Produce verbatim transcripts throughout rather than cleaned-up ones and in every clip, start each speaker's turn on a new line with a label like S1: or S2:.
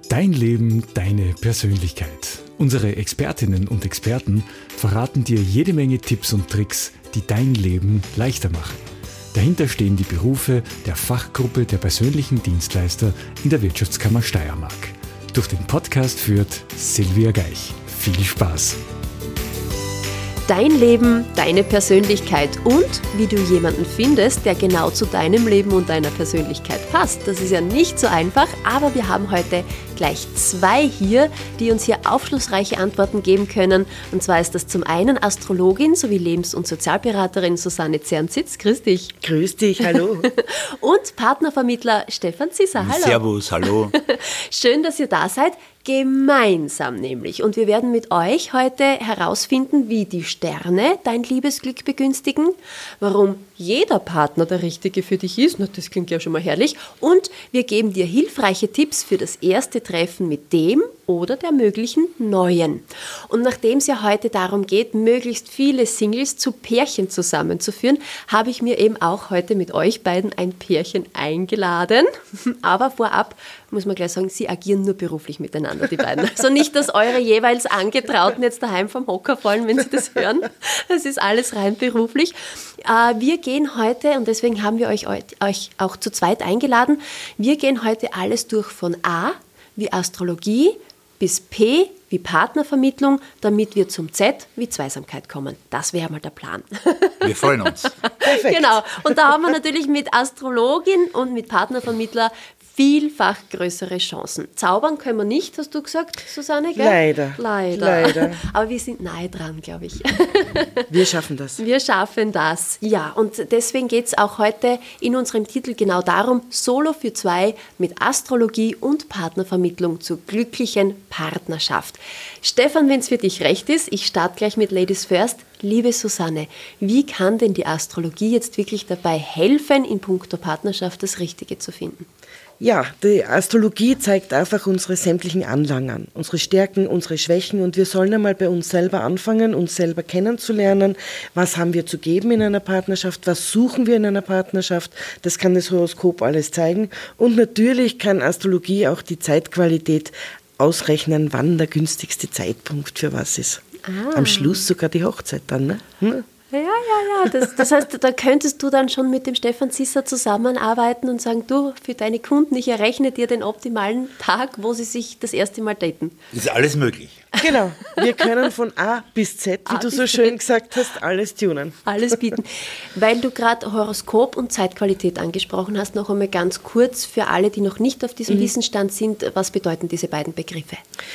S1: Dein Leben, deine Persönlichkeit. Unsere Expertinnen und Experten verraten dir jede Menge Tipps und Tricks, die dein Leben leichter machen. Dahinter stehen die Berufe der Fachgruppe der persönlichen Dienstleister in der Wirtschaftskammer Steiermark. Durch den Podcast führt Silvia Geich. Viel Spaß!
S2: Dein Leben, deine Persönlichkeit und wie du jemanden findest, der genau zu deinem Leben und deiner Persönlichkeit passt. Das ist ja nicht so einfach, aber wir haben heute gleich zwei hier, die uns hier aufschlussreiche Antworten geben können. Und zwar ist das zum einen Astrologin sowie Lebens- und Sozialberaterin Susanne Zernzitz. Grüß dich.
S3: Grüß dich, hallo.
S2: Und Partnervermittler Stefan Zisser. Hallo.
S4: Servus, hallo.
S2: Schön, dass ihr da seid. Gemeinsam nämlich. Und wir werden mit euch heute herausfinden, wie die Sterne dein Liebesglück begünstigen, warum jeder Partner der Richtige für dich ist, na, das klingt ja schon mal herrlich, und wir geben dir hilfreiche Tipps für das erste Treffen mit dem oder der möglichen Neuen. Und nachdem es ja heute darum geht, möglichst viele Singles zu Pärchen zusammenzuführen, habe ich mir eben auch heute mit euch beiden ein Pärchen eingeladen. Aber vorab muss man gleich sagen, sie agieren nur beruflich miteinander, die beiden. Also nicht, dass eure jeweils Angetrauten jetzt daheim vom Hocker fallen, wenn sie das hören. Das ist alles rein beruflich. Wir gehen heute, und deswegen haben wir euch, euch auch zu zweit eingeladen, wir gehen heute alles durch von A wie Astrologie bis P wie Partnervermittlung, damit wir zum Z wie Zweisamkeit kommen. Das wäre mal der Plan.
S4: Wir freuen uns.
S3: Perfekt.
S2: Genau. Und da haben wir natürlich mit Astrologin und mit Partnervermittler vielfach größere Chancen. Zaubern können wir nicht, hast du gesagt, Susanne? Gell?
S3: Leider.
S2: Leider.
S3: Leider.
S2: Aber wir sind nahe dran, glaube ich.
S3: Wir schaffen das.
S2: Wir schaffen das, ja. Und deswegen geht es auch heute in unserem Titel genau darum, Solo für zwei mit Astrologie und Partnervermittlung zur glücklichen Partnerschaft. Stefan, wenn es für dich recht ist, ich starte gleich mit Ladies First. Liebe Susanne, wie kann denn die Astrologie jetzt wirklich dabei helfen, in puncto Partnerschaft das Richtige zu finden?
S3: Ja, die Astrologie zeigt einfach unsere sämtlichen Anlagen an, unsere Stärken, unsere Schwächen, und wir sollen einmal bei uns selber anfangen, uns selber kennenzulernen. Was haben wir zu geben in einer Partnerschaft? Was suchen wir in einer Partnerschaft? Das kann das Horoskop alles zeigen. Und natürlich kann Astrologie auch die Zeitqualität ausrechnen, wann der günstigste Zeitpunkt für was ist. Ah. Am Schluss sogar die Hochzeit dann, ne? Hm?
S2: Ja, ja, ja. Das, das heißt, da könntest du dann schon mit dem Stefan Zisser zusammenarbeiten und sagen, du, für deine Kunden, ich errechne dir den optimalen Tag, wo sie sich das erste Mal daten.
S4: Das ist alles möglich.
S3: Genau. Wir können von A bis Z, wie
S2: A
S3: du
S2: bis
S3: so
S2: Z.
S3: schön gesagt hast, alles tunen.
S2: Alles bieten. Weil du gerade Horoskop und Zeitqualität angesprochen hast, noch einmal ganz kurz für alle, die noch nicht auf diesem mhm. Wissensstand sind, was bedeuten diese beiden Begriffe?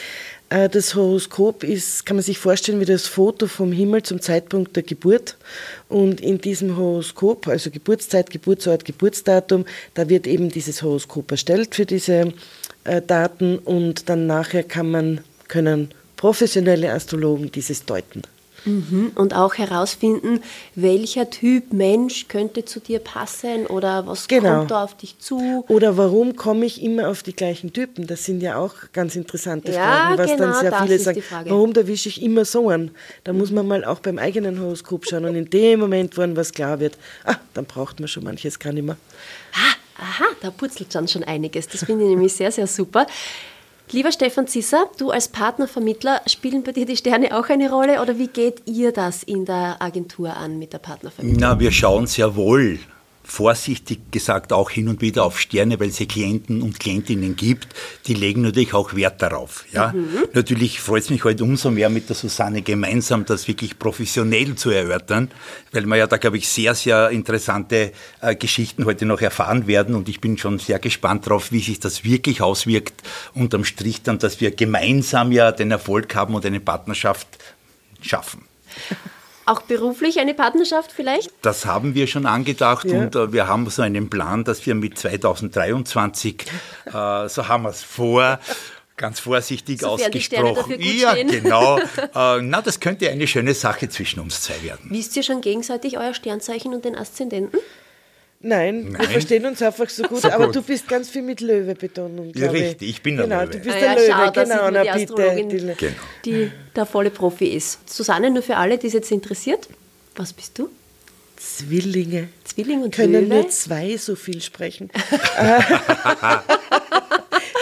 S3: Das Horoskop ist, kann man sich vorstellen, wie das Foto vom Himmel zum Zeitpunkt der Geburt. Und in diesem Horoskop, also Geburtszeit, Geburtsort, Geburtsdatum, da wird eben dieses Horoskop erstellt für diese äh, Daten, und dann nachher kann man, können professionelle Astrologen dieses deuten.
S2: Mhm. Und auch herausfinden, welcher Typ Mensch könnte zu dir passen oder was
S3: genau.
S2: kommt da auf dich zu.
S3: Oder warum komme ich immer auf die gleichen Typen? Das sind ja auch ganz interessante
S2: ja,
S3: Fragen, was
S2: genau,
S3: dann sehr
S2: das
S3: viele
S2: ist
S3: sagen,
S2: die Frage.
S3: Warum erwische ich immer so einen? Da muss man mal auch beim eigenen Horoskop schauen, und in dem Moment, wo einem was klar wird, ah, dann braucht man schon manches gar nicht mehr.
S2: Ah, aha, da putzelt dann schon einiges. Das finde ich nämlich sehr, sehr super. Lieber Stefan Zisser, du als Partnervermittler, spielen bei dir die Sterne auch eine Rolle, oder wie geht ihr das in der Agentur an mit der Partnervermittlung?
S4: Na, wir schauen sehr wohl, vorsichtig gesagt, auch hin und wieder auf Sterne, weil es ja Klienten und Klientinnen gibt, die legen natürlich auch Wert darauf. Ja? Mhm. Natürlich freut es mich heute umso mehr, mit der Susanne gemeinsam das wirklich professionell zu erörtern, weil wir ja da, glaube ich, sehr, sehr interessante äh, Geschichten heute noch erfahren werden, und ich bin schon sehr gespannt darauf, wie sich das wirklich auswirkt, unterm Strich dann, dass wir gemeinsam ja den Erfolg haben und eine Partnerschaft schaffen.
S2: Auch beruflich eine Partnerschaft vielleicht?
S4: Das haben wir schon angedacht,
S3: ja.
S4: und äh, wir haben so einen Plan, dass wir mit zweitausenddreiundzwanzig, äh, so haben wir es vor, ganz vorsichtig
S2: Sofern
S4: ausgesprochen.
S2: Die Sterne dafür gut
S4: ja,
S2: stehen.
S4: genau. Äh, na, das könnte eine schöne Sache zwischen uns zwei werden.
S2: Wisst ihr schon gegenseitig euer Sternzeichen und den Aszendenten?
S3: Nein,
S4: Nein,
S3: wir verstehen uns einfach so gut,
S4: so
S3: aber
S4: gut.
S3: Du bist ganz viel mit Löwe-Betonung,
S4: Ja,
S3: glaube ich.
S4: richtig, ich bin der
S3: genau,
S4: Löwe.
S3: Du bist
S2: Ah,
S3: der
S2: ja,
S3: Löwe,
S2: schau, da
S3: genau,
S2: sieht man
S3: na
S2: die
S3: bitte.
S2: Astrologin,
S3: Die,
S4: Genau.
S2: die der volle Profi ist. Susanne, nur für alle, die es jetzt interessiert, was bist du?
S3: Zwillinge.
S2: Zwilling und
S3: Können
S2: Löwe?
S3: nur zwei so viel sprechen?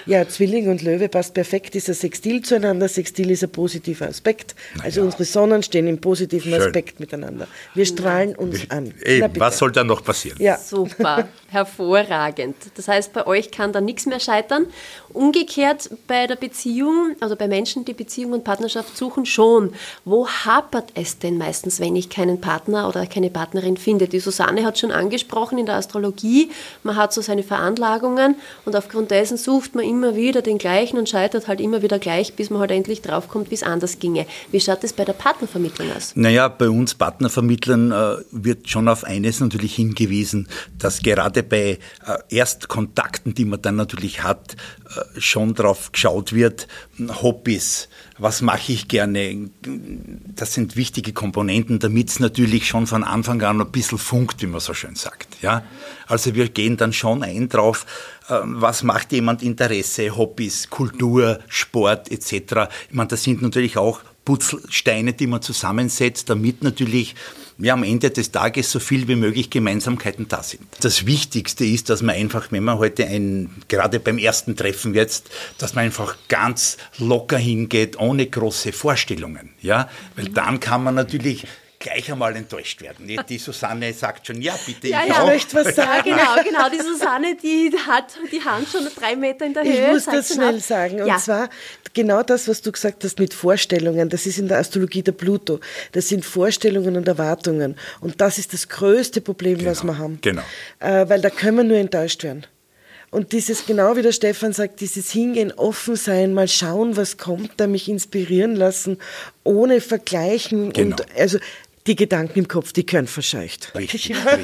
S3: Ja, Zwilling und Löwe passt perfekt, ist ein Sextil zueinander. Sextil ist ein positiver Aspekt.
S4: Na
S3: also
S4: ja.
S3: unsere Sonnen stehen im positiven
S4: Schön.
S3: Aspekt miteinander. Wir strahlen uns an.
S4: Eben, was soll da noch passieren?
S3: Ja.
S2: Super, hervorragend. Das heißt, bei euch kann da nichts mehr scheitern. Umgekehrt bei der Beziehung, also bei Menschen, die Beziehung und Partnerschaft suchen, schon. Wo hapert es denn meistens, wenn ich keinen Partner oder keine Partnerin finde? Die Susanne hat schon angesprochen in der Astrologie, man hat so seine Veranlagungen und aufgrund dessen sucht man immer wieder den gleichen und scheitert halt immer wieder gleich, bis man halt endlich draufkommt, wie es anders ginge. Wie schaut es bei der Partnervermittlung aus?
S4: Naja, bei uns Partnervermittlern äh, wird schon auf eines natürlich hingewiesen, dass gerade bei äh, Erstkontakten, die man dann natürlich hat, äh, schon drauf geschaut wird, Hobbys, was mache ich gerne, das sind wichtige Komponenten, damit es natürlich schon von Anfang an ein bisschen funkt, wie man so schön sagt. Ja? Also wir gehen dann schon ein drauf, äh, was macht jemand Interesse, Hobbys, Kultur, Sport et cetera. Ich meine, das sind natürlich auch Puzzlesteine, die man zusammensetzt, damit natürlich ja, am Ende des Tages so viel wie möglich Gemeinsamkeiten da sind. Das Wichtigste ist, dass man einfach, wenn man heute ein, gerade beim ersten Treffen jetzt, dass man einfach ganz locker hingeht, ohne große Vorstellungen. Ja? Weil dann kann man natürlich gleich einmal enttäuscht werden. Die Susanne sagt schon, ja bitte,
S2: ja,
S4: ich
S2: ja.
S4: auch.
S3: möchte was sagen.
S2: Ja, genau, genau. Die Susanne, die hat die Hand schon drei Meter in der Höhe.
S3: Ich muss
S2: sagt
S3: das
S2: schon
S3: schnell
S2: ab.
S3: sagen. Und
S2: ja.
S3: zwar genau das, was du gesagt hast mit Vorstellungen. Das ist in der Astrologie der Pluto. Das sind Vorstellungen und Erwartungen. Und das ist das größte Problem,
S4: Genau,
S3: was wir haben.
S4: genau.
S3: Äh, weil da können wir nur enttäuscht werden. Und dieses, genau wie der Stefan sagt, dieses Hingehen, offen sein, mal schauen, was kommt, da mich inspirieren lassen, ohne Vergleichen.
S4: Genau.
S3: Und also die Gedanken im Kopf, die können verscheucht.
S4: Richtig, richtig.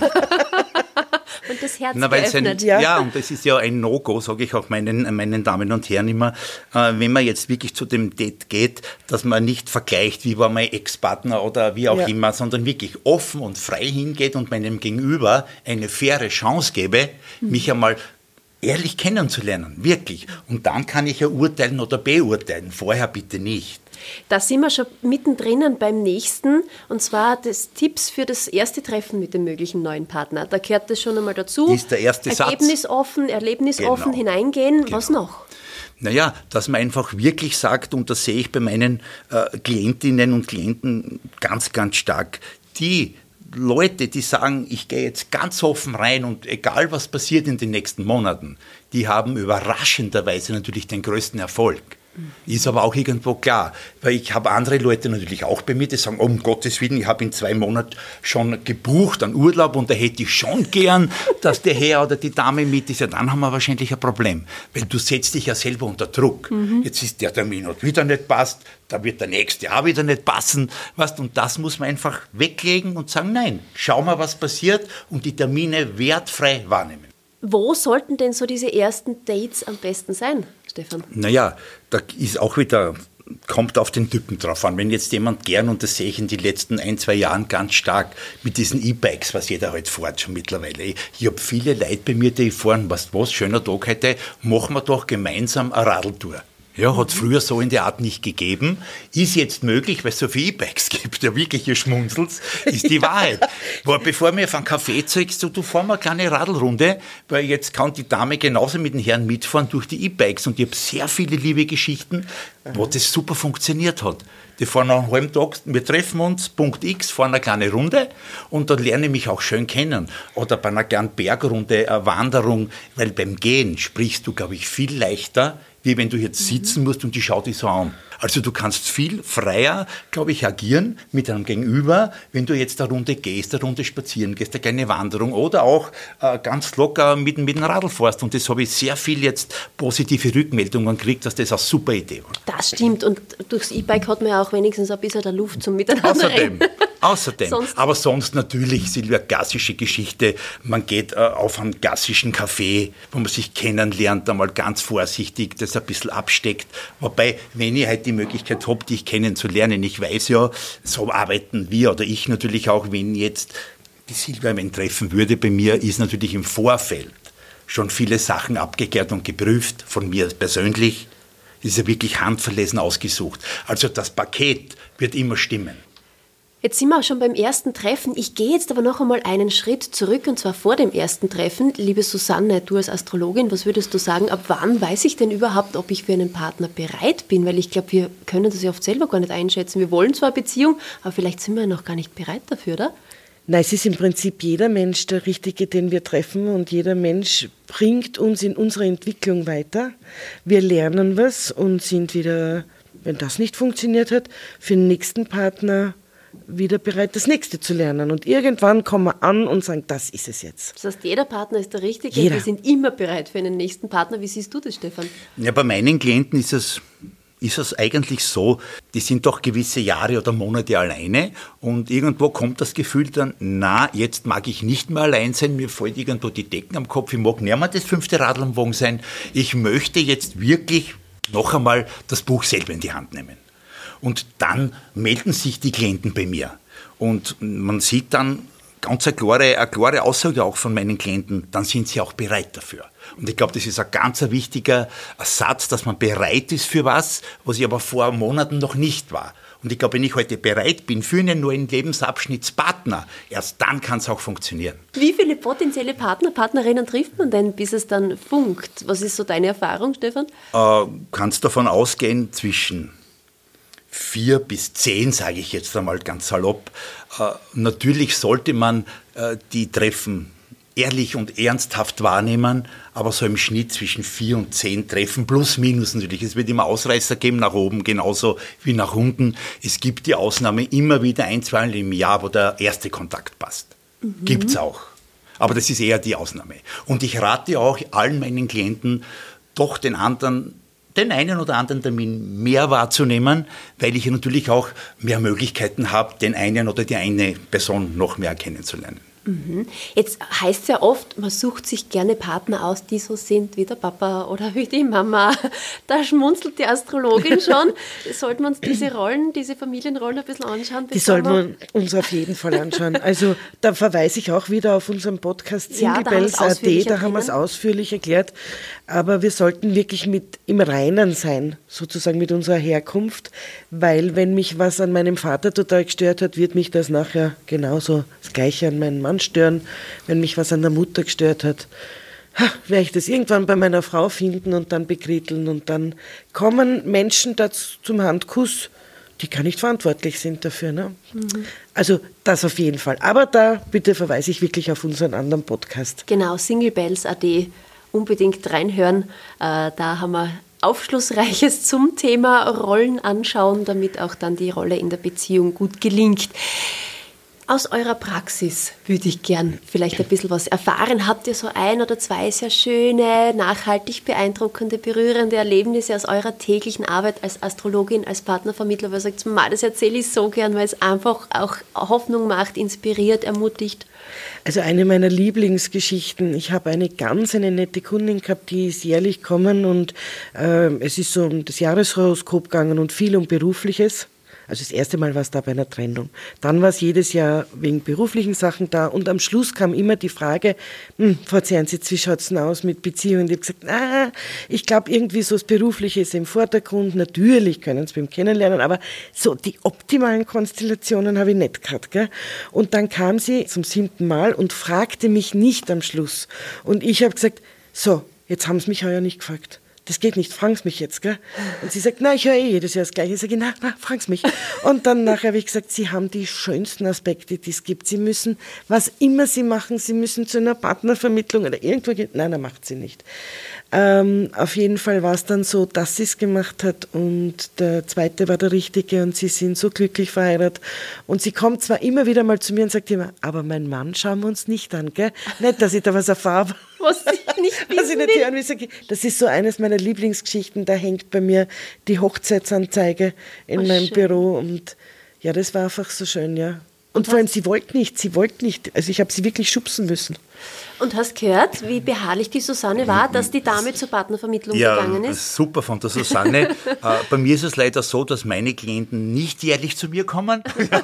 S2: Und das Herz
S4: Na, weil's
S2: geöffnet.
S4: ein, ja. ja, und das ist ja ein No-Go, sage ich auch meinen, meinen Damen und Herren immer, äh, wenn man jetzt wirklich zu dem Date geht, dass man nicht vergleicht, wie war mein Ex-Partner oder wie auch
S3: Ja.
S4: immer, sondern wirklich offen und frei hingeht und meinem Gegenüber eine faire Chance gebe, mhm. mich einmal ehrlich kennenzulernen, wirklich. Und dann kann ich ja urteilen oder beurteilen, vorher bitte nicht.
S2: Da sind wir schon mittendrin beim nächsten, und zwar das Tipps für das erste Treffen mit dem möglichen neuen Partner. Da gehört das schon einmal dazu.
S4: Ist der erste Satz.
S2: Ergebnisoffen, erlebnisoffen
S4: Genau.
S2: hineingehen.
S4: Genau.
S2: Was noch?
S4: Naja, dass man einfach wirklich sagt, und das sehe ich bei meinen äh, Klientinnen und Klienten ganz, ganz stark, die Leute, die sagen, ich gehe jetzt ganz offen rein und egal was passiert in den nächsten Monaten, die haben überraschenderweise natürlich den größten Erfolg. Ist aber auch irgendwo klar, weil ich habe andere Leute natürlich auch bei mir, die sagen, um Gottes Willen, ich habe in zwei Monaten schon gebucht einen Urlaub und da hätte ich schon gern, dass der Herr oder die Dame mit ist. Ja, dann haben wir wahrscheinlich ein Problem, weil du setzt dich ja selber unter Druck. Mhm. Jetzt ist der Termin hat wieder nicht passt, da wird der nächste auch wieder nicht passen. Weißt, und das muss man einfach weglegen und sagen, nein, schau mal, was passiert und die Termine wertfrei wahrnehmen.
S2: Wo sollten denn so diese ersten Dates am besten sein, Stefan?
S4: Naja, da ist auch wieder, kommt auf den Typen drauf an. Wenn jetzt jemand gern, und das sehe ich in den letzten ein, zwei Jahren ganz stark, mit diesen E-Bikes, was jeder halt fährt schon mittlerweile. Ich, ich habe viele Leute bei mir, die fahren, weißt du was, schöner Tag heute, machen wir doch gemeinsam eine Radltour. Ja, hat es früher so in der Art nicht gegeben. Ist jetzt möglich, weil es so viele E-Bikes gibt, ja wirklich, ihr schmunzelt, ist die Wahrheit. Aber bevor mir auf einen Kaffee zeigst, du, du fahr mal eine kleine Radlrunde, weil jetzt kann die Dame genauso mit den Herren mitfahren durch die E-Bikes. Und ich habe sehr viele liebe Geschichten, wo das super funktioniert hat. Die fahren nach einem halben Tag, wir treffen uns, Punkt X, fahren eine kleine Runde und dann lerne ich mich auch schön kennen. Oder bei einer kleinen Bergrunde, eine Wanderung, weil beim Gehen sprichst du, glaube ich, viel leichter, wie wenn du jetzt sitzen musst und die schaut dich so an. Also du kannst viel freier, glaube ich, agieren mit einem Gegenüber, wenn du jetzt eine Runde gehst, eine Runde spazieren gehst, eine kleine Wanderung oder auch äh, ganz locker mit, mit dem Radl fährst. Und das habe ich sehr viel jetzt positive Rückmeldungen gekriegt, dass das eine super Idee war.
S2: Das stimmt. Und durchs E-Bike hat man ja auch wenigstens ein bisschen der Luft zum Miteinander
S4: Außerdem,
S2: reden.
S4: außerdem.
S2: Sonst-
S4: aber sonst natürlich, Silvia, klassische Geschichte. Man geht äh, auf einen klassischen Café, wo man sich kennenlernt, einmal ganz vorsichtig, das ein bisschen absteckt. Wobei, wenn ich halt die Möglichkeit habe, dich kennenzulernen, ich weiß ja, so arbeiten wir oder ich natürlich auch, wenn jetzt die Silvia wenn treffen würde bei mir, ist natürlich im Vorfeld schon viele Sachen abgeklärt und geprüft, von mir persönlich. Ist ja wirklich handverlesen ausgesucht. Also das Paket wird immer stimmen.
S2: Jetzt sind wir auch schon beim ersten Treffen. Ich gehe jetzt aber noch einmal einen Schritt zurück und zwar vor dem ersten Treffen. Liebe Susanne, du als Astrologin, was würdest du sagen, ab wann weiß ich denn überhaupt, ob ich für einen Partner bereit bin? Weil ich glaube, wir können das ja oft selber gar nicht einschätzen. Wir wollen zwar eine Beziehung, aber vielleicht sind wir ja noch gar nicht bereit dafür, oder?
S3: Nein, es ist im Prinzip jeder Mensch der Richtige, den wir treffen und jeder Mensch bringt uns in unserer Entwicklung weiter. Wir lernen was und sind wieder, wenn das nicht funktioniert hat, für den nächsten Partner wieder bereit, das Nächste zu lernen. Und irgendwann kommen wir an und sagen, das ist es jetzt.
S2: Das heißt, jeder Partner ist der Richtige.
S3: Jeder.
S2: Wir sind immer bereit für einen nächsten Partner. Wie siehst du das, Stefan?
S4: Ja, bei meinen Klienten ist es, ist es eigentlich so, die sind doch gewisse Jahre oder Monate alleine und irgendwo kommt das Gefühl dann, na, jetzt mag ich nicht mehr allein sein, mir fällt irgendwo die Decken am Kopf, ich mag nicht mehr das fünfte Radl am Wagen sein. Ich möchte jetzt wirklich noch einmal das Buch selber in die Hand nehmen. Und dann melden sich die Klienten bei mir. Und man sieht dann ganz eine klare, eine klare Aussage auch von meinen Klienten, dann sind sie auch bereit dafür. Und ich glaube, das ist ein ganz ein wichtiger Satz, dass man bereit ist für was, was ich aber vor Monaten noch nicht war. Und ich glaube, wenn ich heute bereit bin für einen neuen Lebensabschnittspartner, erst dann kann es auch funktionieren.
S2: Wie viele potenzielle Partner, Partnerinnen trifft man denn, bis es dann funkt? Was ist so deine Erfahrung, Stefan?
S4: Äh, kannst davon ausgehen, zwischen vier bis zehn, sage ich jetzt einmal ganz salopp. Äh, natürlich sollte man äh, die Treffen ehrlich und ernsthaft wahrnehmen, aber so im Schnitt zwischen vier und zehn Treffen, plus minus natürlich. Es wird immer Ausreißer geben nach oben, genauso wie nach unten. Es gibt die Ausnahme immer wieder ein, zweimal im Jahr, wo der erste Kontakt passt. Mhm. Gibt's auch. Aber das ist eher die Ausnahme. Und ich rate auch allen meinen Klienten, doch den anderen den einen oder anderen Termin mehr wahrzunehmen, weil ich natürlich auch mehr Möglichkeiten habe, den einen oder die eine Person noch mehr kennenzulernen.
S2: Mhm. Jetzt heißt es ja oft, man sucht sich gerne Partner aus, die so sind wie der Papa oder wie die Mama. Da schmunzelt die Astrologin schon. Sollten wir uns diese Rollen, diese Familienrollen ein bisschen anschauen?
S3: Die sollten wir uns auf jeden Fall anschauen. Also da verweise ich auch wieder auf unseren Podcast Single Bells Punkt a t, da haben wir es ausführlich erklärt. Aber wir sollten wirklich mit im Reinen sein, sozusagen mit unserer Herkunft, weil wenn mich was an meinem Vater total gestört hat, wird mich das nachher genauso das Gleiche an meinen Mann stören. Wenn mich was an der Mutter gestört hat, ha, werde ich das irgendwann bei meiner Frau finden und dann bekritteln und dann kommen Menschen dazu zum Handkuss, die gar nicht verantwortlich sind dafür. Ne? Mhm. Also das auf jeden Fall. Aber da bitte verweise ich wirklich auf unseren anderen Podcast.
S2: Genau, Single Bells Punkt a t. Unbedingt reinhören. Äh, da haben wir Aufschlussreiches zum Thema Rollen anschauen, damit auch dann die Rolle in der Beziehung gut gelingt. Aus eurer Praxis würde ich gern vielleicht ein bisschen was erfahren. Habt ihr so ein oder zwei sehr schöne, nachhaltig beeindruckende, berührende Erlebnisse aus eurer täglichen Arbeit als Astrologin, als Partnervermittler, wo ihr sagt, das erzähle ich so gern, weil es einfach auch Hoffnung macht, inspiriert, ermutigt?
S3: Also eine meiner Lieblingsgeschichten, ich habe eine ganz eine nette Kundin gehabt, die ist jährlich gekommen und äh, es ist so um das Jahreshoroskop gegangen und viel um Berufliches. Also das erste Mal war es da bei einer Trennung. Dann war es jedes Jahr wegen beruflichen Sachen da und am Schluss kam immer die Frage, hm, Frau Zernitz, wie schaut es denn aus mit Beziehungen? Ich habe gesagt, ah, ich glaube irgendwie so das Berufliche ist im Vordergrund. Natürlich können Sie beim Kennenlernen, aber so die optimalen Konstellationen habe ich nicht gehabt. Gell? Und dann kam sie zum siebten Mal und fragte mich nicht am Schluss. Und ich habe gesagt, so, jetzt haben Sie mich heuer nicht gefragt. Das geht nicht, fragen Sie mich jetzt, gell? Und sie sagt, na, ich höre eh jedes Jahr das Gleiche. Ich sage, na, na, fragen Sie mich. Und dann nachher habe ich gesagt, Sie haben die schönsten Aspekte, die es gibt. Sie müssen, was immer Sie machen, Sie müssen zu einer Partnervermittlung oder irgendwo gehen. Nein, er macht sie nicht. Ähm, auf jeden Fall war es dann so, dass sie es gemacht hat und der zweite war der Richtige und sie sind so glücklich verheiratet. Und sie kommt zwar immer wieder mal zu mir und sagt immer, aber mein Mann schauen wir uns nicht an, gell? Nicht, dass ich da was erfahre.
S2: Was ich nicht wissen
S3: was ich nicht hören will. Das ist so eines meiner Lieblingsgeschichten. Da hängt bei mir die Hochzeitsanzeige in oh, meinem schön. Büro. Und ja, das war einfach so schön, ja. Und, und vor allem, sie wollte nicht, sie wollte nicht. Also ich habe sie wirklich schubsen müssen.
S2: Und hast gehört, wie beharrlich die Susanne war, dass die Dame zur Partnervermittlung
S4: ja,
S2: gegangen ist?
S4: Ja, super von der Susanne. äh, bei mir ist es leider so, dass meine Klienten nicht jährlich zu mir kommen.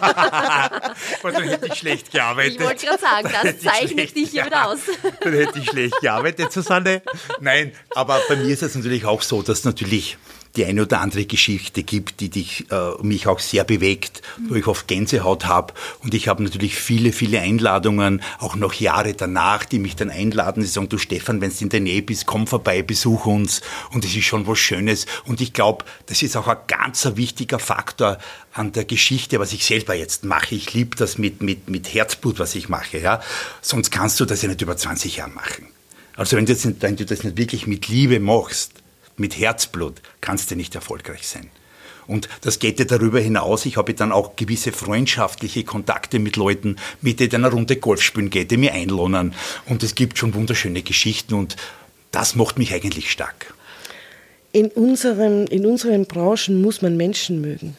S4: Weil dann hätte ich schlecht gearbeitet.
S2: Ich wollte gerade sagen, das zeichnet dich hier wieder aus.
S4: Dann hätte ich schlecht gearbeitet, Susanne. Nein, aber bei mir ist es natürlich auch so, dass natürlich die eine oder andere Geschichte gibt, die dich, äh, mich auch sehr bewegt, wo ich oft Gänsehaut habe. Und ich habe natürlich viele, viele Einladungen, auch noch Jahre danach, die mich dann einladen. Die sagen, du Stefan, wenn du in der Nähe bist, komm vorbei, besuch uns. Und es ist schon was Schönes. Und ich glaube, das ist auch ein ganz ein wichtiger Faktor an der Geschichte, was ich selber jetzt mache. Ich liebe das mit, mit, mit Herzblut, was ich mache. Ja? Sonst kannst du das ja nicht über zwanzig Jahre machen. Also wenn du, das nicht, wenn du das nicht wirklich mit Liebe machst, mit Herzblut, kannst du nicht erfolgreich sein. Und das geht ja darüber hinaus. Ich habe dann auch gewisse freundschaftliche Kontakte mit Leuten, mit denen ich eine Runde Golf spielen gehe, die mich einlohnen. Und es gibt schon wunderschöne Geschichten und das macht mich eigentlich stark.
S3: In unseren, in unseren Branchen muss man Menschen mögen.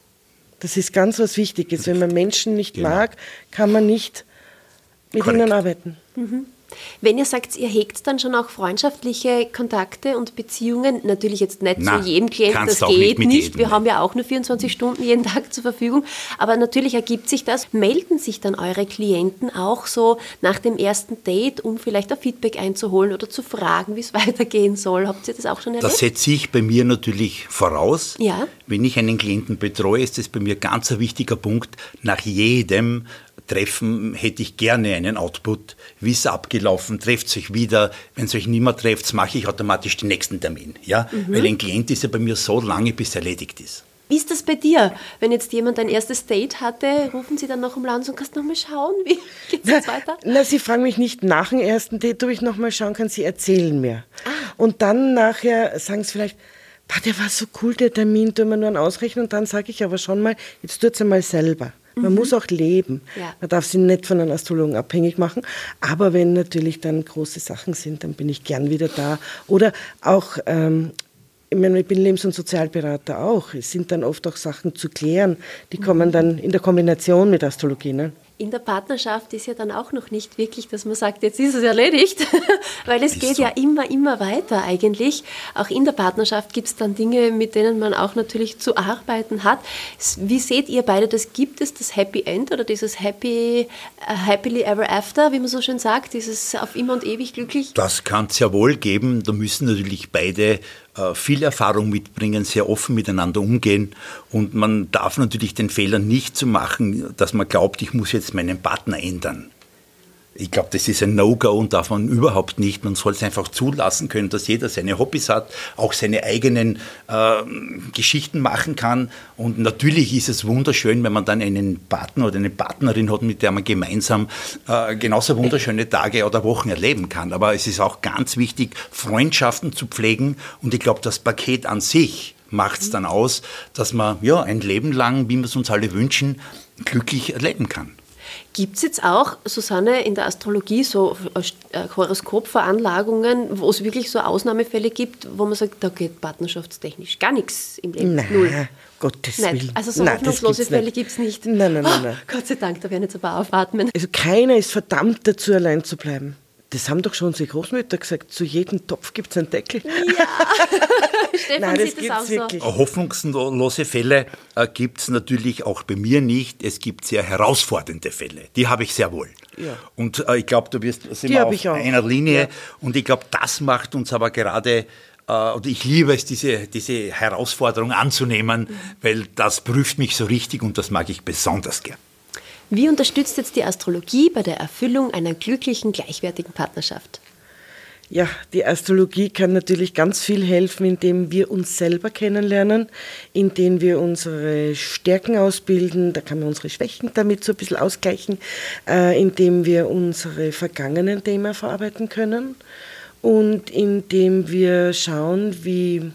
S3: Das ist ganz was Wichtiges. Wenn man Menschen nicht genau. mag, kann man nicht mit Korrekt. ihnen arbeiten.
S2: Mhm. Wenn ihr sagt, ihr hegt dann schon auch freundschaftliche Kontakte und Beziehungen, natürlich jetzt nicht Na, zu jedem Klienten, das geht nicht. nicht. Wir haben ja auch nur vierundzwanzig Stunden jeden Tag zur Verfügung, aber natürlich ergibt sich das. Melden sich dann eure Klienten auch so nach dem ersten Date, um vielleicht ein Feedback einzuholen oder zu fragen, wie es weitergehen soll? Habt ihr das auch schon erlebt?
S4: Das setze ich bei mir natürlich voraus.
S2: Ja.
S4: Wenn ich einen Klienten betreue, ist das bei mir ganz ein wichtiger Punkt. Nach jedem Treffen hätte ich gerne einen Output. Wie ist es abgelaufen? Trefft euch wieder. Wenn es euch nicht mehr trefft, mache ich automatisch den nächsten Termin. Ja? Mhm. Weil ein Klient ist ja bei mir so lange, bis er erledigt ist.
S2: Wie ist das bei dir? Wenn jetzt jemand ein erstes Date hatte, rufen Sie dann noch um Land und kannst noch mal schauen, wie geht es jetzt weiter?
S3: Na, Sie fragen mich nicht nach dem ersten Date, ob ich noch mal schauen kann. Sie erzählen mir. Ah. Und dann nachher sagen Sie vielleicht, der war so cool, der Termin, tun wir nur einen ausrechnen. Und dann sage ich aber schon mal, jetzt tut es einmal selber. Man mhm. muss auch leben. Ja. Man darf sich nicht von einem Astrologen abhängig machen. Aber wenn natürlich dann große Sachen sind, dann bin ich gern wieder da. Oder auch, ähm, ich meine, ich bin Lebens- und Sozialberater auch. Es sind dann oft auch Sachen zu klären, die mhm. kommen dann in der Kombination mit Astrologie. Ne?
S2: In der Partnerschaft ist ja dann auch noch nicht wirklich, dass man sagt, jetzt ist es erledigt, weil es ist geht so. ja immer, immer weiter eigentlich. Auch in der Partnerschaft gibt es dann Dinge, mit denen man auch natürlich zu arbeiten hat. Wie seht ihr beide das? Gibt es das Happy End oder dieses Happy, uh, Happily Ever After, wie man so schön sagt, dieses auf immer und ewig glücklich?
S4: Das kann es ja wohl geben. Da müssen natürlich beide viel Erfahrung mitbringen, sehr offen miteinander umgehen und man darf natürlich den Fehler nicht so machen, dass man glaubt, ich muss jetzt meinen Partner ändern. Ich glaube, das ist ein No-Go und darf man überhaupt nicht. Man soll es einfach zulassen können, dass jeder seine Hobbys hat, auch seine eigenen äh, Geschichten machen kann. Und natürlich ist es wunderschön, wenn man dann einen Partner oder eine Partnerin hat, mit der man gemeinsam äh, genauso wunderschöne Tage oder Wochen erleben kann. Aber es ist auch ganz wichtig, Freundschaften zu pflegen. Und ich glaube, das Paket an sich macht es dann aus, dass man ja ein Leben lang, wie wir es uns alle wünschen, glücklich erleben kann.
S2: Gibt es jetzt auch, Susanne, in der Astrologie so Horoskopveranlagungen, wo es wirklich so Ausnahmefälle gibt, wo man sagt, da geht partnerschaftstechnisch gar nichts im Leben?
S3: Nein,
S2: Null.
S3: Gottes
S2: Willen.
S3: Willen.
S2: Also so hoffnungslose Fälle gibt es nicht.
S3: Nein, nein, nein, nein.
S2: Oh, Gott sei Dank, da werden jetzt ein paar aufatmen.
S3: Also keiner ist verdammt dazu, allein zu bleiben. Das haben doch schon unsere Großmütter gesagt, zu jedem Topf gibt es einen Deckel.
S2: Ja, Stefan Nein, das sieht das auch wirklich.
S4: so. Hoffnungslose Fälle äh, gibt es natürlich auch bei mir nicht. Es gibt sehr herausfordernde Fälle. Die habe ich sehr wohl. Ja. Und äh, ich glaube, du wirst sind wir auf einer Linie. Ja. Und ich glaube, das macht uns aber gerade, äh, und ich liebe es, diese, diese Herausforderung anzunehmen, mhm. weil das prüft mich so richtig und das mag ich besonders gern.
S2: Wie unterstützt jetzt die Astrologie bei der Erfüllung einer glücklichen, gleichwertigen Partnerschaft?
S3: Ja, die Astrologie kann natürlich ganz viel helfen, indem wir uns selber kennenlernen, indem wir unsere Stärken ausbilden, da kann man unsere Schwächen damit so ein bisschen ausgleichen, äh, indem wir unsere vergangenen Themen verarbeiten können und indem wir schauen, wie,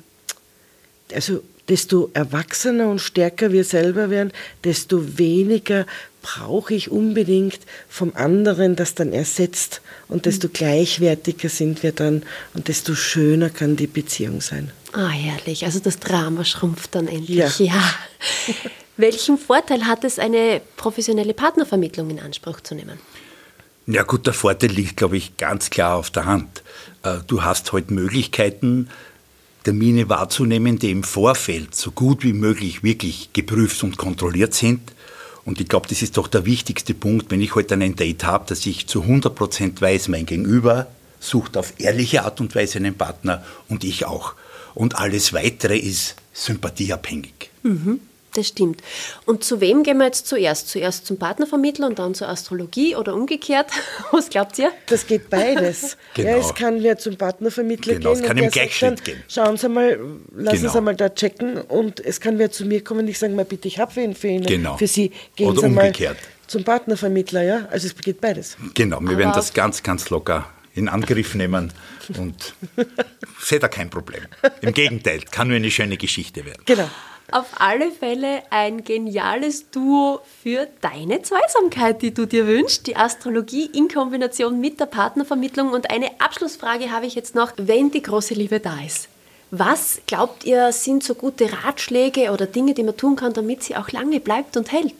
S3: also desto erwachsener und stärker wir selber werden, desto weniger brauche ich unbedingt vom anderen, das dann ersetzt. Und desto gleichwertiger sind wir dann und desto schöner kann die Beziehung sein.
S2: Ah, herrlich. Also das Drama schrumpft dann endlich.
S3: Ja.
S2: ja. Welchen Vorteil hat es, eine professionelle Partnervermittlung in Anspruch zu nehmen?
S4: Ja gut, der Vorteil liegt, glaube ich, ganz klar auf der Hand. Du hast heute Möglichkeiten, Termine wahrzunehmen, die im Vorfeld so gut wie möglich wirklich geprüft und kontrolliert sind. Und ich glaube, das ist doch der wichtigste Punkt, wenn ich heute ein Date habe, dass ich zu hundert Prozent weiß, mein Gegenüber sucht auf ehrliche Art und Weise einen Partner und ich auch. Und alles Weitere ist sympathieabhängig.
S2: Mhm, das stimmt. Und zu wem gehen wir jetzt zuerst? Zuerst zum Partnervermittler und dann zur Astrologie oder umgekehrt? Was glaubt ihr?
S3: Das geht beides.
S4: Genau.
S3: Ja, es kann ja zum Partnervermittler
S4: Genau,
S3: gehen.
S4: es kann
S3: und
S4: im
S3: der sagt
S4: Gleichschritt
S3: dann,
S4: gehen.
S3: Schauen Sie mal, lassen
S4: Genau.
S3: Sie einmal da checken. Und es kann wer zu mir kommen und ich sage mal, bitte, ich habe wen für Ihnen.
S4: Genau.
S3: Für Sie gehen
S4: Oder
S3: Sie mal
S4: umgekehrt.
S3: zum Partnervermittler. Ja? Also es geht beides.
S4: Genau, wir werden das ganz, ganz locker in Angriff nehmen und sehe da kein Problem. Im Gegenteil, kann nur eine schöne Geschichte werden.
S3: Genau.
S2: Auf alle Fälle ein geniales Duo für deine Zweisamkeit, die du dir wünschst. Die Astrologie in Kombination mit der Partnervermittlung. Und eine Abschlussfrage habe ich jetzt noch, wenn die große Liebe da ist. Was glaubt ihr, sind so gute Ratschläge oder Dinge, die man tun kann, damit sie auch lange bleibt und hält?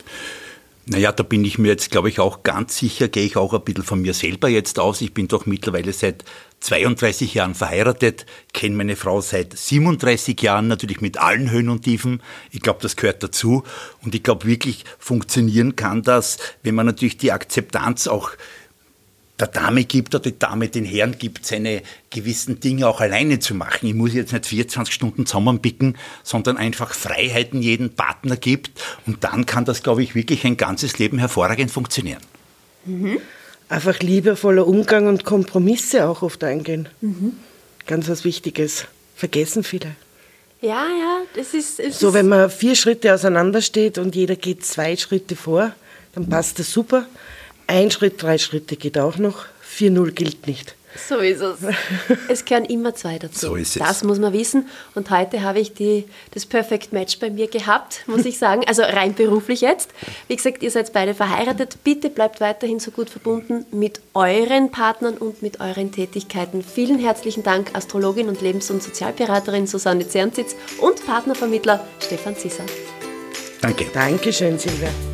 S4: Naja, da bin ich mir jetzt, glaube ich, auch ganz sicher, gehe ich auch ein bisschen von mir selber jetzt aus. Ich bin doch mittlerweile seit zweiunddreißig Jahren verheiratet, kenne meine Frau seit siebenunddreißig Jahren, natürlich mit allen Höhen und Tiefen. Ich glaube, das gehört dazu. Und ich glaube, wirklich funktionieren kann das, wenn man natürlich die Akzeptanz auch der Dame gibt oder die Dame den Herren gibt, seine gewissen Dinge auch alleine zu machen. Ich muss jetzt nicht vierundzwanzig Stunden zusammenpicken, sondern einfach Freiheiten jedem Partner gibt. Und dann kann das, glaube ich, wirklich ein ganzes Leben hervorragend funktionieren.
S3: Mhm. Einfach liebevoller Umgang und Kompromisse auch oft eingehen. Mhm. Ganz was Wichtiges. Vergessen viele.
S2: Ja, ja, das ist... Es
S3: so,
S2: ist
S3: wenn man vier Schritte auseinander steht und jeder geht zwei Schritte vor, dann passt das super. Ein Schritt, drei Schritte geht auch noch. vier null gilt nicht.
S2: So ist es. Es gehören immer zwei dazu.
S4: So ist es.
S2: Das muss man wissen. Und heute habe ich die, das Perfect Match bei mir gehabt, muss ich sagen. Also rein beruflich jetzt. Wie gesagt, ihr seid beide verheiratet. Bitte bleibt weiterhin so gut verbunden mit euren Partnern und mit euren Tätigkeiten. Vielen herzlichen Dank, Astrologin und Lebens- und Sozialberaterin Susanne Zernzitz und Partnervermittler Stefan Zisser.
S4: Danke.
S3: Dankeschön, Silvia.